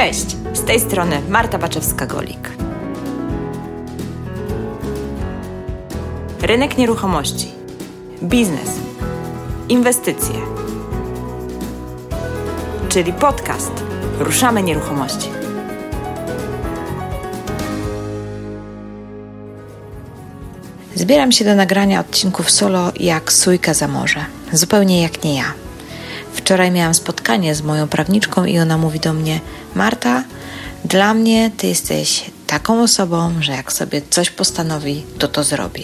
Cześć, z tej strony Marta Baczewska-Golik. Rynek nieruchomości, biznes, inwestycje, czyli podcast Ruszamy Nieruchomości. Zbieram się do nagrania odcinków solo jak sójka za morze, zupełnie jak nie ja. Wczoraj miałam spotkanie z moją prawniczką i ona mówi do mnie: Marta, dla mnie ty jesteś taką osobą, że jak sobie coś postanowi, to zrobi.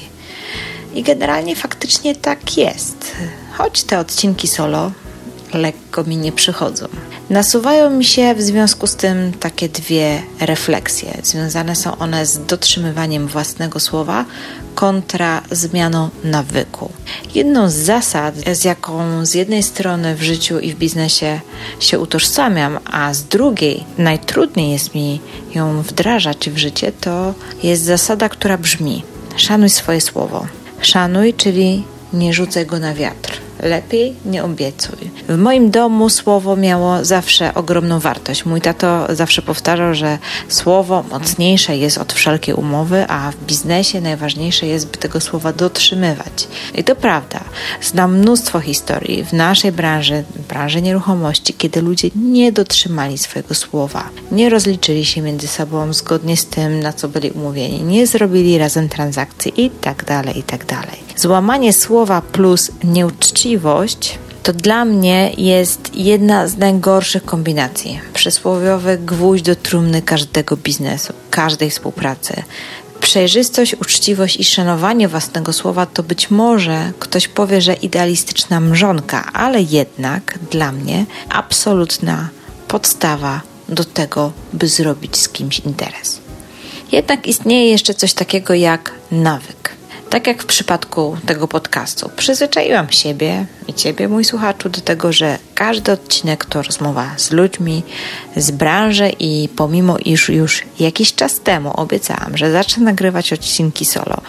I generalnie faktycznie tak jest. Choć te odcinki solo lekko mi nie przychodzą. Nasuwają mi się w związku z tym takie dwie refleksje. Związane są one z dotrzymywaniem własnego słowa kontra zmianą nawyku. Jedną z zasad, z jaką z jednej strony w życiu i w biznesie się utożsamiam, a z drugiej najtrudniej jest mi ją wdrażać w życie, to jest zasada, która brzmi: szanuj swoje słowo. Szanuj, czyli nie rzucaj go na wiatr. Lepiej nie obiecuj. W moim domu słowo miało zawsze ogromną wartość. Mój tato zawsze powtarzał, że słowo mocniejsze jest od wszelkiej umowy, a w biznesie najważniejsze jest, by tego słowa dotrzymywać. I to prawda. Znam mnóstwo historii w naszej branży nieruchomości, kiedy ludzie nie dotrzymali swojego słowa. Nie rozliczyli się między sobą zgodnie z tym, na co byli umówieni. Nie zrobili razem transakcji i tak dalej, i tak dalej. Złamanie słowa plus nieuczciwość to dla mnie jest jedna z najgorszych kombinacji. Przysłowiowy gwóźdź do trumny każdego biznesu, każdej współpracy. Przejrzystość, uczciwość i szanowanie własnego słowa to być może ktoś powie, że idealistyczna mrzonka, ale jednak dla mnie absolutna podstawa do tego, by zrobić z kimś interes. Jednak istnieje jeszcze coś takiego jak nawyk. Tak jak w przypadku tego podcastu, przyzwyczaiłam siebie i Ciebie, mój słuchaczu, do tego, że każdy odcinek to rozmowa z ludźmi z branży i pomimo iż już jakiś czas temu obiecałam, że zacznę nagrywać odcinki solo,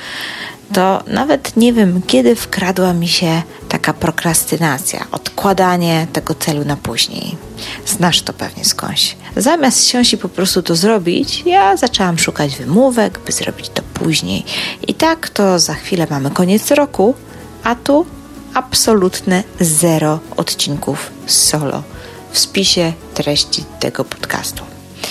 to nawet nie wiem, kiedy wkradła mi się taka prokrastynacja, odkładanie tego celu na później. Znasz to pewnie skądś. Zamiast siąść i po prostu to zrobić, ja zaczęłam szukać wymówek, by zrobić to później. I tak to za chwilę mamy koniec roku, a tu absolutne 0 odcinków solo w spisie treści tego podcastu.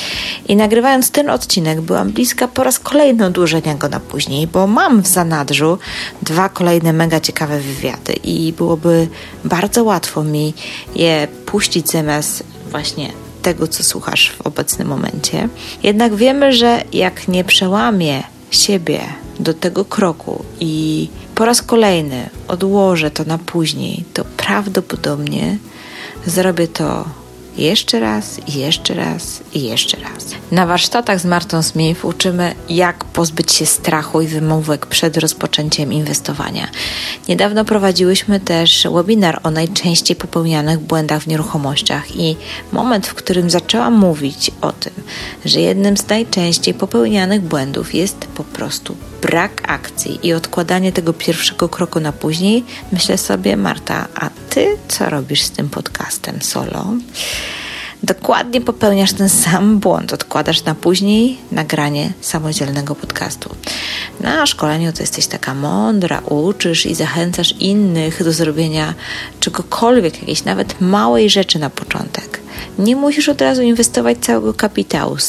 I nagrywając ten odcinek byłam bliska po raz kolejny odłożenia go na później, bo mam w zanadrzu 2 kolejne mega ciekawe wywiady i byłoby bardzo łatwo mi je puścić zamiast właśnie tego, co słuchasz w obecnym momencie. Jednak wiemy, że jak nie przełamię siebie do tego kroku i po raz kolejny odłożę to na później, to prawdopodobnie zrobię to jeszcze raz, i jeszcze raz, i jeszcze raz. Na warsztatach z Martą Smith uczymy, jak pozbyć się strachu i wymówek przed rozpoczęciem inwestowania. Niedawno prowadziłyśmy też webinar o najczęściej popełnianych błędach w nieruchomościach i moment, w którym zaczęłam mówić o tym, że jednym z najczęściej popełnianych błędów jest po prostu brak akcji i odkładanie tego pierwszego kroku na później, myślę sobie: Marta, a ty co robisz z tym podcastem solo? Dokładnie popełniasz ten sam błąd. Odkładasz na później nagranie samodzielnego podcastu. Na szkoleniu to jesteś taka mądra, uczysz i zachęcasz innych do zrobienia czegokolwiek, jakiejś nawet małej rzeczy na początek. Nie musisz od razu inwestować całego kapitału.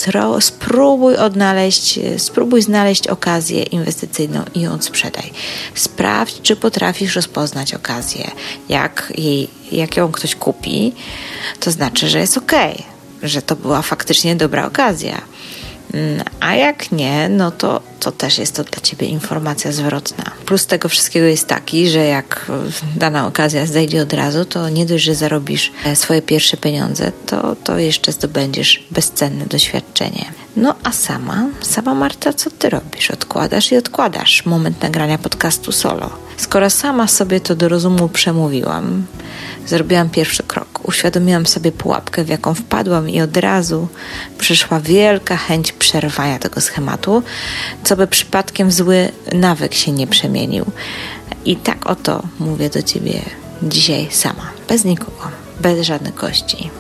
Spróbuj znaleźć okazję inwestycyjną i ją sprzedaj. Sprawdź, czy potrafisz rozpoznać okazję. Jak ją ktoś kupi, to znaczy, że jest okej, że to była faktycznie dobra okazja. A jak nie, no to też jest to dla Ciebie informacja zwrotna. Plus tego wszystkiego jest taki, że jak dana okazja zejdzie od razu, to nie dość, że zarobisz swoje pierwsze pieniądze, to jeszcze zdobędziesz bezcenne doświadczenie. No a sama Marta, co Ty robisz? Odkładasz i odkładasz moment nagrania podcastu solo. Skoro sama sobie to do rozumu przemówiłam, zrobiłam pierwszy krok, uświadomiłam sobie pułapkę, w jaką wpadłam i od razu przyszła wielka chęć przerwania tego schematu, co by przypadkiem zły nawyk się nie przemienił. I tak oto mówię do Ciebie dzisiaj sama, bez nikogo, bez żadnych gości.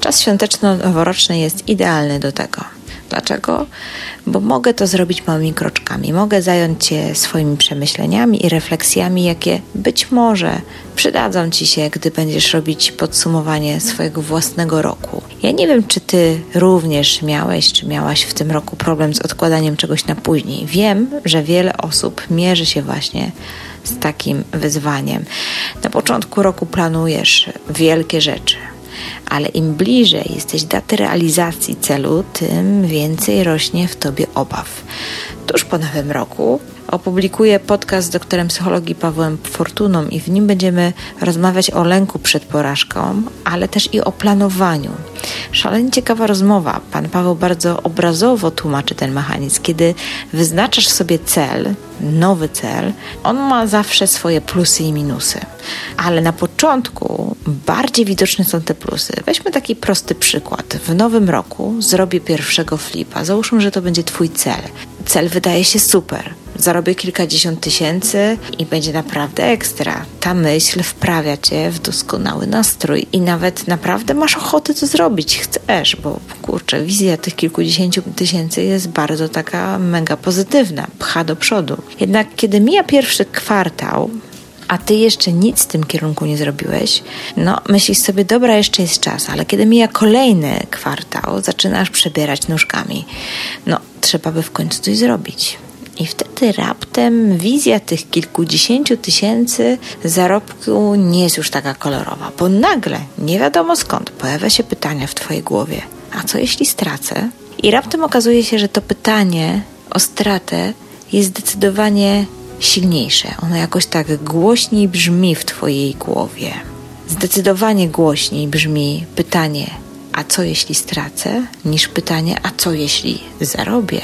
Czas świąteczno-noworoczny jest idealny do tego. Dlaczego? Bo mogę to zrobić małymi kroczkami. Mogę zająć się swoimi przemyśleniami i refleksjami, jakie być może przydadzą Ci się, gdy będziesz robić podsumowanie swojego własnego roku. Ja nie wiem, czy Ty również miałeś, czy miałaś w tym roku problem z odkładaniem czegoś na później. Wiem, że wiele osób mierzy się właśnie z takim wyzwaniem. Na początku roku planujesz wielkie rzeczy, ale im bliżej jesteś daty realizacji celu, tym więcej rośnie w Tobie obaw. Tuż po Nowym Roku opublikuję podcast z doktorem psychologii Pawłem Fortuną i w nim będziemy rozmawiać o lęku przed porażką, ale też i o planowaniu. Szalenie ciekawa rozmowa. Pan Paweł bardzo obrazowo tłumaczy ten mechanizm. Kiedy wyznaczasz sobie cel, nowy cel, on ma zawsze swoje plusy i minusy. Ale na początku bardziej widoczne są te plusy. Weźmy taki prosty przykład. W Nowym Roku zrobię pierwszego flipa. Załóżmy, że to będzie Twój cel. Cel wydaje się super. Zarobię kilkadziesiąt tysięcy i będzie naprawdę ekstra. Ta myśl wprawia Cię w doskonały nastrój i nawet naprawdę masz ochotę to zrobić. Chcesz, bo kurczę, wizja tych kilkudziesięciu tysięcy jest bardzo taka mega pozytywna. Pcha do przodu. Jednak kiedy mija pierwszy kwartał, a Ty jeszcze nic w tym kierunku nie zrobiłeś, myślisz sobie, dobra, jeszcze jest czas, ale kiedy mija kolejny kwartał, zaczynasz przebierać nóżkami. Trzeba by w końcu coś zrobić. I wtedy raptem wizja tych kilkudziesięciu tysięcy zarobku nie jest już taka kolorowa, bo nagle, nie wiadomo skąd, pojawia się pytanie w Twojej głowie, a co jeśli stracę? I raptem okazuje się, że to pytanie o stratę jest zdecydowanie silniejsze. Ono jakoś tak głośniej brzmi w Twojej głowie. Zdecydowanie głośniej brzmi pytanie, a co jeśli stracę, niż pytanie, a co jeśli zarobię?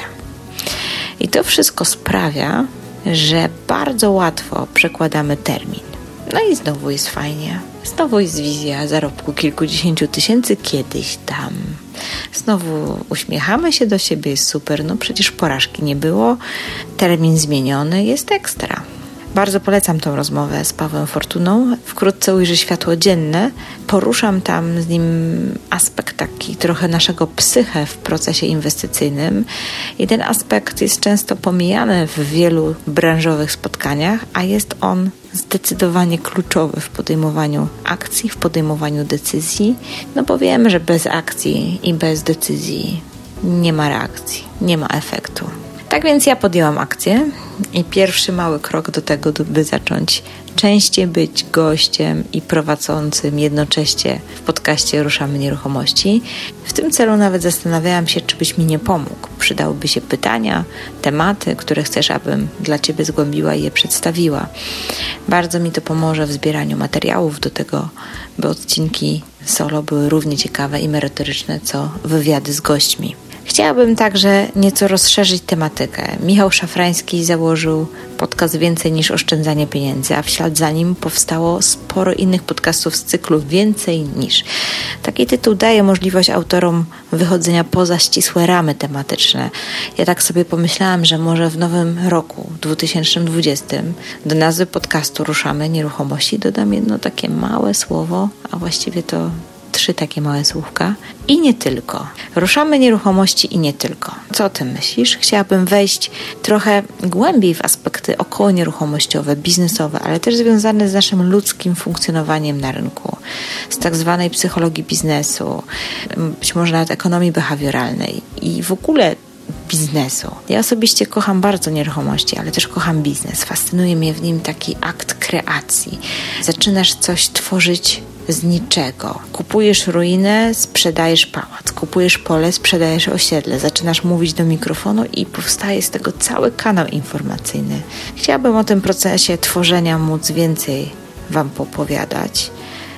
I to wszystko sprawia, że bardzo łatwo przekładamy termin. I znowu jest fajnie. Znowu jest wizja zarobku kilkudziesięciu tysięcy kiedyś tam. Znowu uśmiechamy się do siebie, jest super. Przecież porażki nie było. Termin zmieniony, jest ekstra. Bardzo polecam tą rozmowę z Pawłem Fortuną. Wkrótce ujrzy światło dzienne. Poruszam tam z nim aspekt taki trochę naszego psyche w procesie inwestycyjnym. I ten aspekt jest często pomijany w wielu branżowych spotkaniach, a jest on zdecydowanie kluczowy w podejmowaniu akcji, w podejmowaniu decyzji. Bo wiemy, że bez akcji i bez decyzji nie ma reakcji, nie ma efektu. Tak więc ja podjęłam akcję i pierwszy mały krok do tego, by zacząć częściej być gościem i prowadzącym jednocześnie w podcaście Ruszamy Nieruchomości. W tym celu nawet zastanawiałam się, czy byś mi nie pomógł. Przydałyby się pytania, tematy, które chcesz, abym dla Ciebie zgłębiła i je przedstawiła. Bardzo mi to pomoże w zbieraniu materiałów do tego, by odcinki solo były równie ciekawe i merytoryczne, co wywiady z gośćmi. Chciałabym także nieco rozszerzyć tematykę. Michał Szafrański założył podcast Więcej niż oszczędzanie pieniędzy, a w ślad za nim powstało sporo innych podcastów z cyklu Więcej niż. Taki tytuł daje możliwość autorom wychodzenia poza ścisłe ramy tematyczne. Ja tak sobie pomyślałam, że może w nowym roku 2020 do nazwy podcastu Ruszamy Nieruchomości dodam jedno takie małe słowo, a właściwie to 3 takie małe słówka. I nie tylko. Ruszamy nieruchomości i nie tylko. Co o tym myślisz? Chciałabym wejść trochę głębiej w aspekty około nieruchomościowe, biznesowe, ale też związane z naszym ludzkim funkcjonowaniem na rynku, z tak zwanej psychologii biznesu, być może nawet ekonomii behawioralnej i w ogóle biznesu. Ja osobiście kocham bardzo nieruchomości, ale też kocham biznes. Fascynuje mnie w nim taki akt kreacji. Zaczynasz coś tworzyć z niczego. Kupujesz ruinę, sprzedajesz pałac. Kupujesz pole, sprzedajesz osiedle. Zaczynasz mówić do mikrofonu i powstaje z tego cały kanał informacyjny. Chciałabym o tym procesie tworzenia móc więcej Wam popowiadać,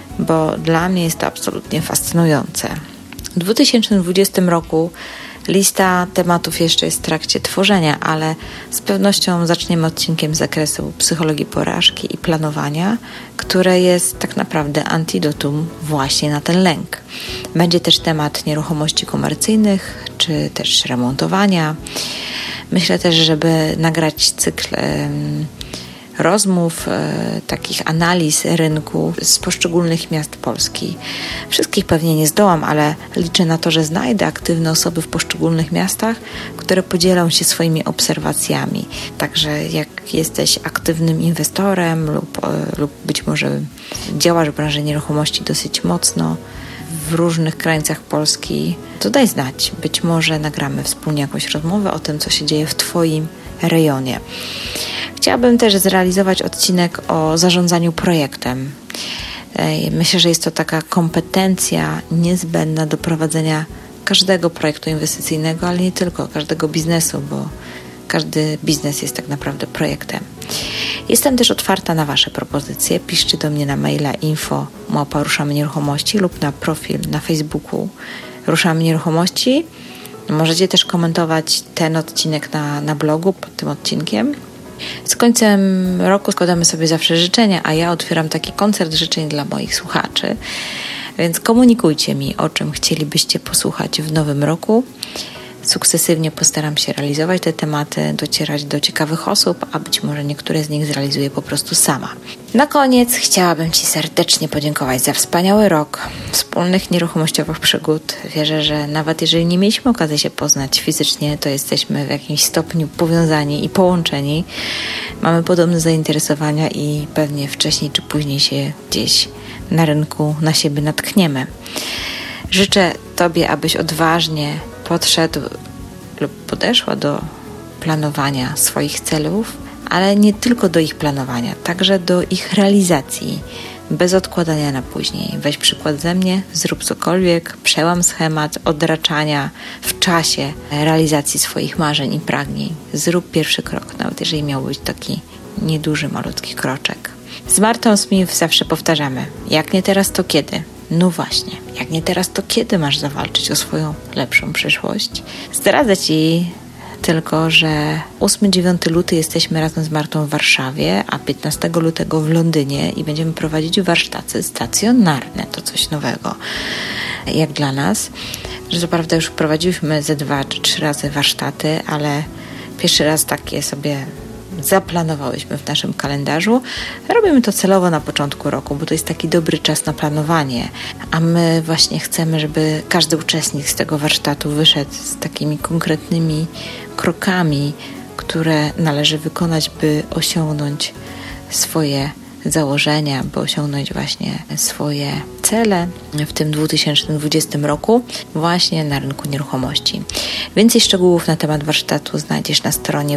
bo dla mnie jest to absolutnie fascynujące. W 2020 roku lista tematów jeszcze jest w trakcie tworzenia, ale z pewnością zaczniemy odcinkiem z zakresu psychologii porażki i planowania, które jest tak naprawdę antidotum właśnie na ten lęk. Będzie też temat nieruchomości komercyjnych, czy też remontowania. Myślę też, żeby nagrać cykl rozmów, takich analiz rynku z poszczególnych miast Polski. Wszystkich pewnie nie zdołam, ale liczę na to, że znajdę aktywne osoby w poszczególnych miastach, które podzielą się swoimi obserwacjami. Także jak jesteś aktywnym inwestorem lub być może działasz w branży nieruchomości dosyć mocno w różnych krańcach Polski, to daj znać. Być może nagramy wspólnie jakąś rozmowę o tym, co się dzieje w Twoim rejonie. Chciałabym też zrealizować odcinek o zarządzaniu projektem. Myślę, że jest to taka kompetencja niezbędna do prowadzenia każdego projektu inwestycyjnego, ale nie tylko, każdego biznesu, bo każdy biznes jest tak naprawdę projektem. Jestem też otwarta na Wasze propozycje. Piszcie do mnie na maila info@ruszamy nieruchomości lub na profil na Facebooku Ruszamy Nieruchomości. Możecie też komentować ten odcinek na blogu pod tym odcinkiem. Z końcem roku składamy sobie zawsze życzenia, a ja otwieram taki koncert życzeń dla moich słuchaczy. Więc komunikujcie mi, o czym chcielibyście posłuchać w nowym roku. Sukcesywnie postaram się realizować te tematy, docierać do ciekawych osób, a być może niektóre z nich zrealizuję po prostu sama. Na koniec chciałabym Ci serdecznie podziękować za wspaniały rok wspólnych nieruchomościowych przygód. Wierzę, że nawet jeżeli nie mieliśmy okazji się poznać fizycznie, to jesteśmy w jakimś stopniu powiązani i połączeni. Mamy podobne zainteresowania i pewnie wcześniej czy później się gdzieś na rynku na siebie natkniemy. Życzę Tobie, abyś odważnie podszedł lub podeszła do planowania swoich celów, ale nie tylko do ich planowania, także do ich realizacji, bez odkładania na później. Weź przykład ze mnie, zrób cokolwiek, przełam schemat odraczania w czasie realizacji swoich marzeń i pragnień. Zrób pierwszy krok, nawet jeżeli miał być taki nieduży, malutki kroczek. Z Martą Smith zawsze powtarzamy, jak nie teraz, to kiedy? No właśnie, jak nie teraz, to kiedy masz zawalczyć o swoją lepszą przyszłość? Zdradzę Ci tylko, że 8-9 luty jesteśmy razem z Martą w Warszawie, a 15 lutego w Londynie i będziemy prowadzić warsztaty stacjonarne. To coś nowego, jak dla nas. Że co prawda już prowadziłyśmy ze 2 czy 3 razy warsztaty, ale pierwszy raz takie sobie zaplanowałyśmy w naszym kalendarzu. Robimy to celowo na początku roku, bo to jest taki dobry czas na planowanie, a my właśnie chcemy, żeby każdy uczestnik z tego warsztatu wyszedł z takimi konkretnymi krokami, które należy wykonać, by osiągnąć swoje założenia, by osiągnąć właśnie swoje cele w tym 2020 roku właśnie na rynku nieruchomości. Więcej szczegółów na temat warsztatu znajdziesz na stronie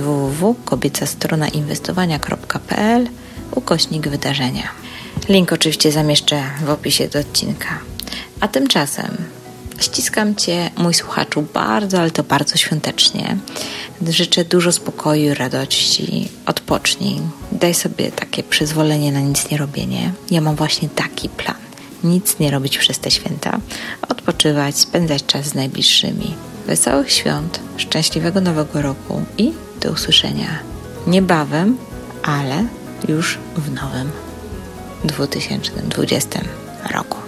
www.kobiecastrona.inwestowania.pl/wydarzenia. Link oczywiście zamieszczę w opisie do odcinka. A tymczasem ściskam Cię, mój słuchaczu, bardzo, ale to bardzo świątecznie. Życzę dużo spokoju, radości, odpocznij. Daj sobie takie przyzwolenie na nic nie robienie. Ja mam właśnie taki plan. Nic nie robić przez te święta. Odpoczywać, spędzać czas z najbliższymi. Wesołych świąt, szczęśliwego nowego roku i do usłyszenia niebawem, ale już w nowym 2020 roku.